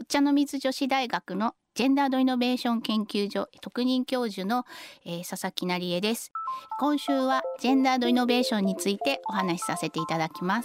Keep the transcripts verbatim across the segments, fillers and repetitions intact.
茶の水女子大学のジェンダードイノベーション研究所特任教授の、えー、佐々木成恵です。今週はジェンダードイノベーションについてお話しさせていただきます。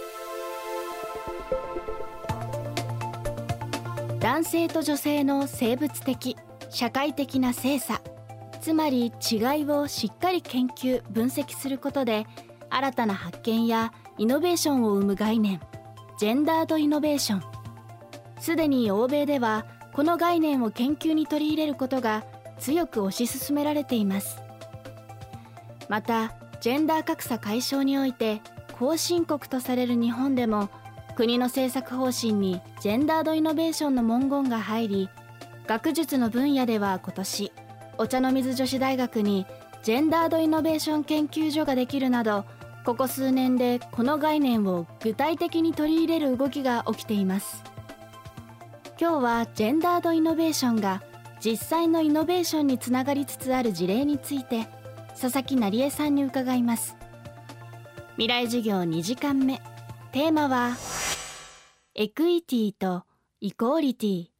男性と女性の生物的社会的な性差、つまり違いをしっかり研究分析することで新たな発見やイノベーションを生む概念、ジェンダードイノベーション。すでに欧米ではこの概念を研究に取り入れることが強く推し進められています。またジェンダー格差解消において後進国とされる日本でも国の政策方針にジェンダードイノベーションの文言が入り、学術の分野では今年お茶の水女子大学にジェンダードイノベーション研究所ができるなど、ここ数年でこの概念を具体的に取り入れる動きが起きています。今日はジェンダードイノベーションが実際のイノベーションにつながりつつある事例について佐々木成恵さんに伺います。未来授業にじかんめ、テーマはエクイティとイコーリティ。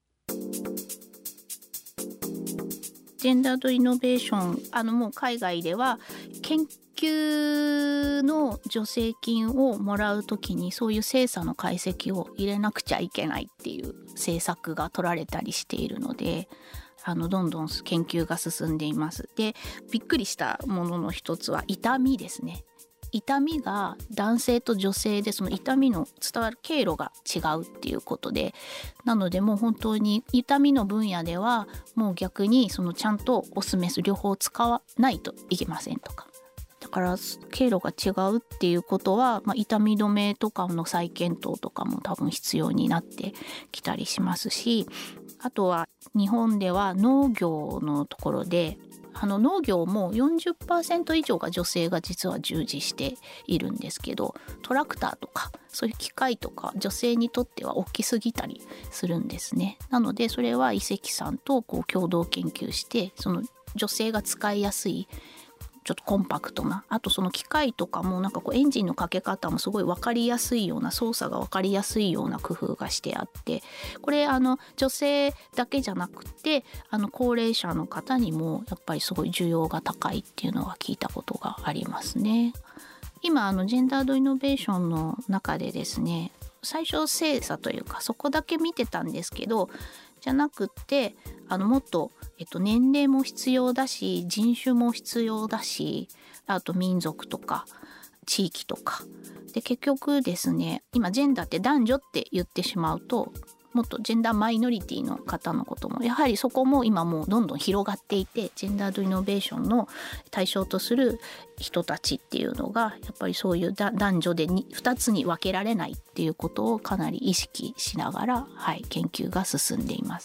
ジェンダードイノベーション、あのもう海外では研究の助成金をもらうときにそういう性差の解析を入れなくちゃいけないっていう政策が取られたりしているので、あのどんどん研究が進んでいます。で、びっくりしたものの一つは痛みですね。痛みが男性と女性でその痛みの伝わる経路が違うっていうことで、なのでもう本当に痛みの分野ではもう逆にそのちゃんとオスメス両方使わないといけませんとか、だから経路が違うっていうことは、まあ、痛み止めとかの再検討とかも多分必要になってきたりしますし、あとは日本では農業のところであの農業も よんじゅっパーセント 以上が女性が実は従事しているんですけど、トラクターとかそういう機械とか女性にとっては大きすぎたりするんですね。なのでそれは伊関さんとこう共同研究して、その女性が使いやすいちょっとコンパクトな、あとその機械とかもなんかこうエンジンのかけ方もすごい分かりやすいような、操作が分かりやすいような工夫がしてあって、これあの女性だけじゃなくてあの高齢者の方にもやっぱりすごい需要が高いっていうのは聞いたことがありますね。今あのジェンダードイノベーションの中でですね、最初性差というかそこだけ見てたんですけど、じゃなくってあのもっとえっと、年齢も必要だし人種も必要だし、あと民族とか地域とかで、結局ですね、今ジェンダーって男女って言ってしまうと、もっとジェンダーマイノリティの方のこともやはりそこも今もうどんどん広がっていて、ジェンダードイノベーションの対象とする人たちっていうのがやっぱりそういう男女でふたつに分けられないっていうことをかなり意識しながら、はい、研究が進んでいます。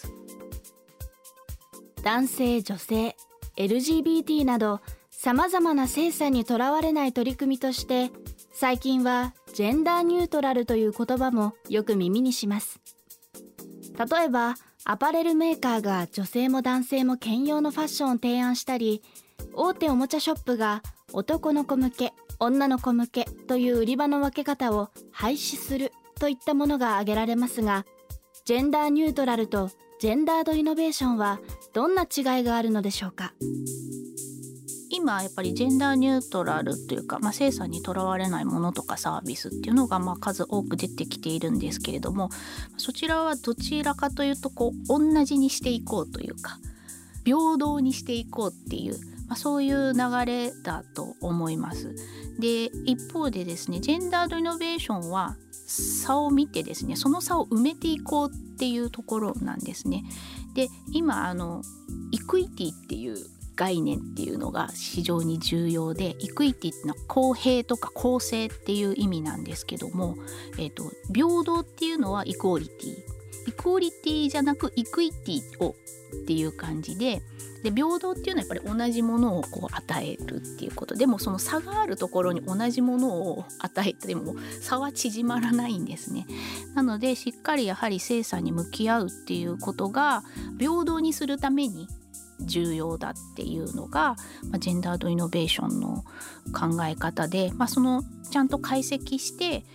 男性、女性、エルジービーティー などさまざまな性差にとらわれない取り組みとして、最近はジェンダーニュートラルという言葉もよく耳にします。例えばアパレルメーカーが女性も男性も兼用のファッションを提案したり、大手おもちゃショップが男の子向け、女の子向けという売り場の分け方を廃止するといったものが挙げられますが、ジェンダーニュートラルとジェンダードイノベーションはどんな違いがあるのでしょうか。 今やっぱりジェンダーニュートラルというか、まあ、性差にとらわれないものとかサービスっていうのがまあ数多く出てきているんですけれども、そちらはどちらかというとこう同じにしていこうというか平等にしていこうっていう、まあ、そういう流れだと思います。で、一方でですね、ジェンダードイノベーションは差を見てですね、その差を埋めていこうっていうところなんですね。で、今あのイクイティっていう概念っていうのが非常に重要で、イクイティっていうのは公平とか公正っていう意味なんですけども、えーと、平等っていうのはイコーリティ、イコーリティじゃなくイクイティをっていう感じで、で平等っていうのはやっぱり同じものをこう与えるっていうこと、でもその差があるところに同じものを与えても差は縮まらないんですね。なのでしっかりやはり性差に向き合うっていうことが平等にするために重要だっていうのが、まあ、ジェンダードイノベーションの考え方で、まあ、そのちゃんと解析して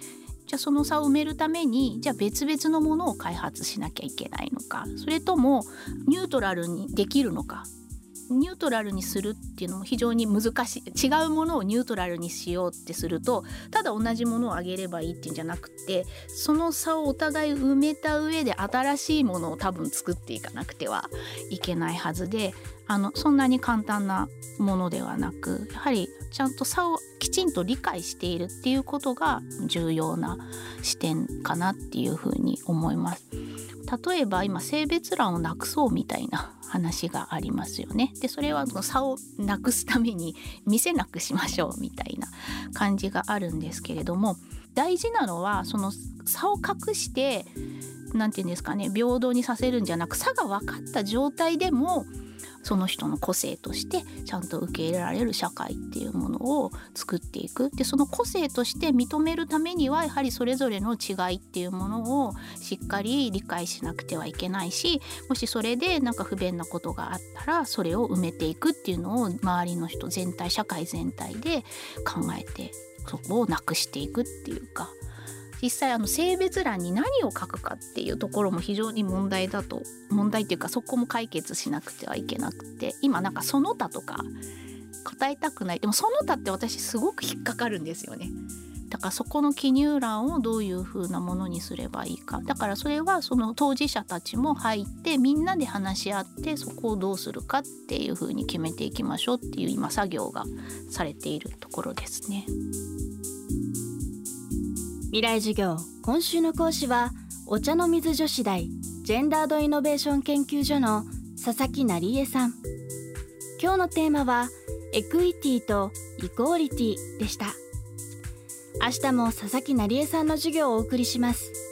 じゃあその差を埋めるためにじゃあ別々のものを開発しなきゃいけないのか、それともニュートラルにできるのか。ニュートラルにするっていうのも非常に難しい。違うものをニュートラルにしようってするとただ同じものをあげればいいっていうんじゃなくて、その差をお互い埋めた上で新しいものを多分作っていかなくてはいけないはずで、あのそんなに簡単なものではなく、やはりちゃんと差をきちんと理解しているっていうことが重要な視点かなっていうふうに思います。例えば今性別欄をなくそうみたいな話がありますよね。でそれはその差をなくすために見せなくしましょうみたいな感じがあるんですけれども、大事なのはその差を隠してなんていうんですかね、平等にさせるんじゃなく、差が分かった状態でもその人の個性としてちゃんと受け入れられる社会っていうものを作っていく。でその個性として認めるためにはやはりそれぞれの違いっていうものをしっかり理解しなくてはいけないし、もしそれでなんか不便なことがあったらそれを埋めていくっていうのを周りの人全体、社会全体で考えてそこをなくしていくっていうか、実際あの性別欄に何を書くかっていうところも非常に問題だと問題っていうかそこも解決しなくてはいけなくて、今なんかその他とか答えたくない、でもその他って私すごく引っかかるんですよね。だからそこの記入欄をどういう風なものにすればいいか、だからそれはその当事者たちも入ってみんなで話し合ってそこをどうするかっていう風に決めていきましょうっていう今作業がされているところですね。 未来授業、今週の講師はお茶の水女子大ジェンダードイノベーション研究所の佐々木成恵さん。今日のテーマはエクイティとイコーリティでした。明日も佐々木成恵さんの授業をお送りします。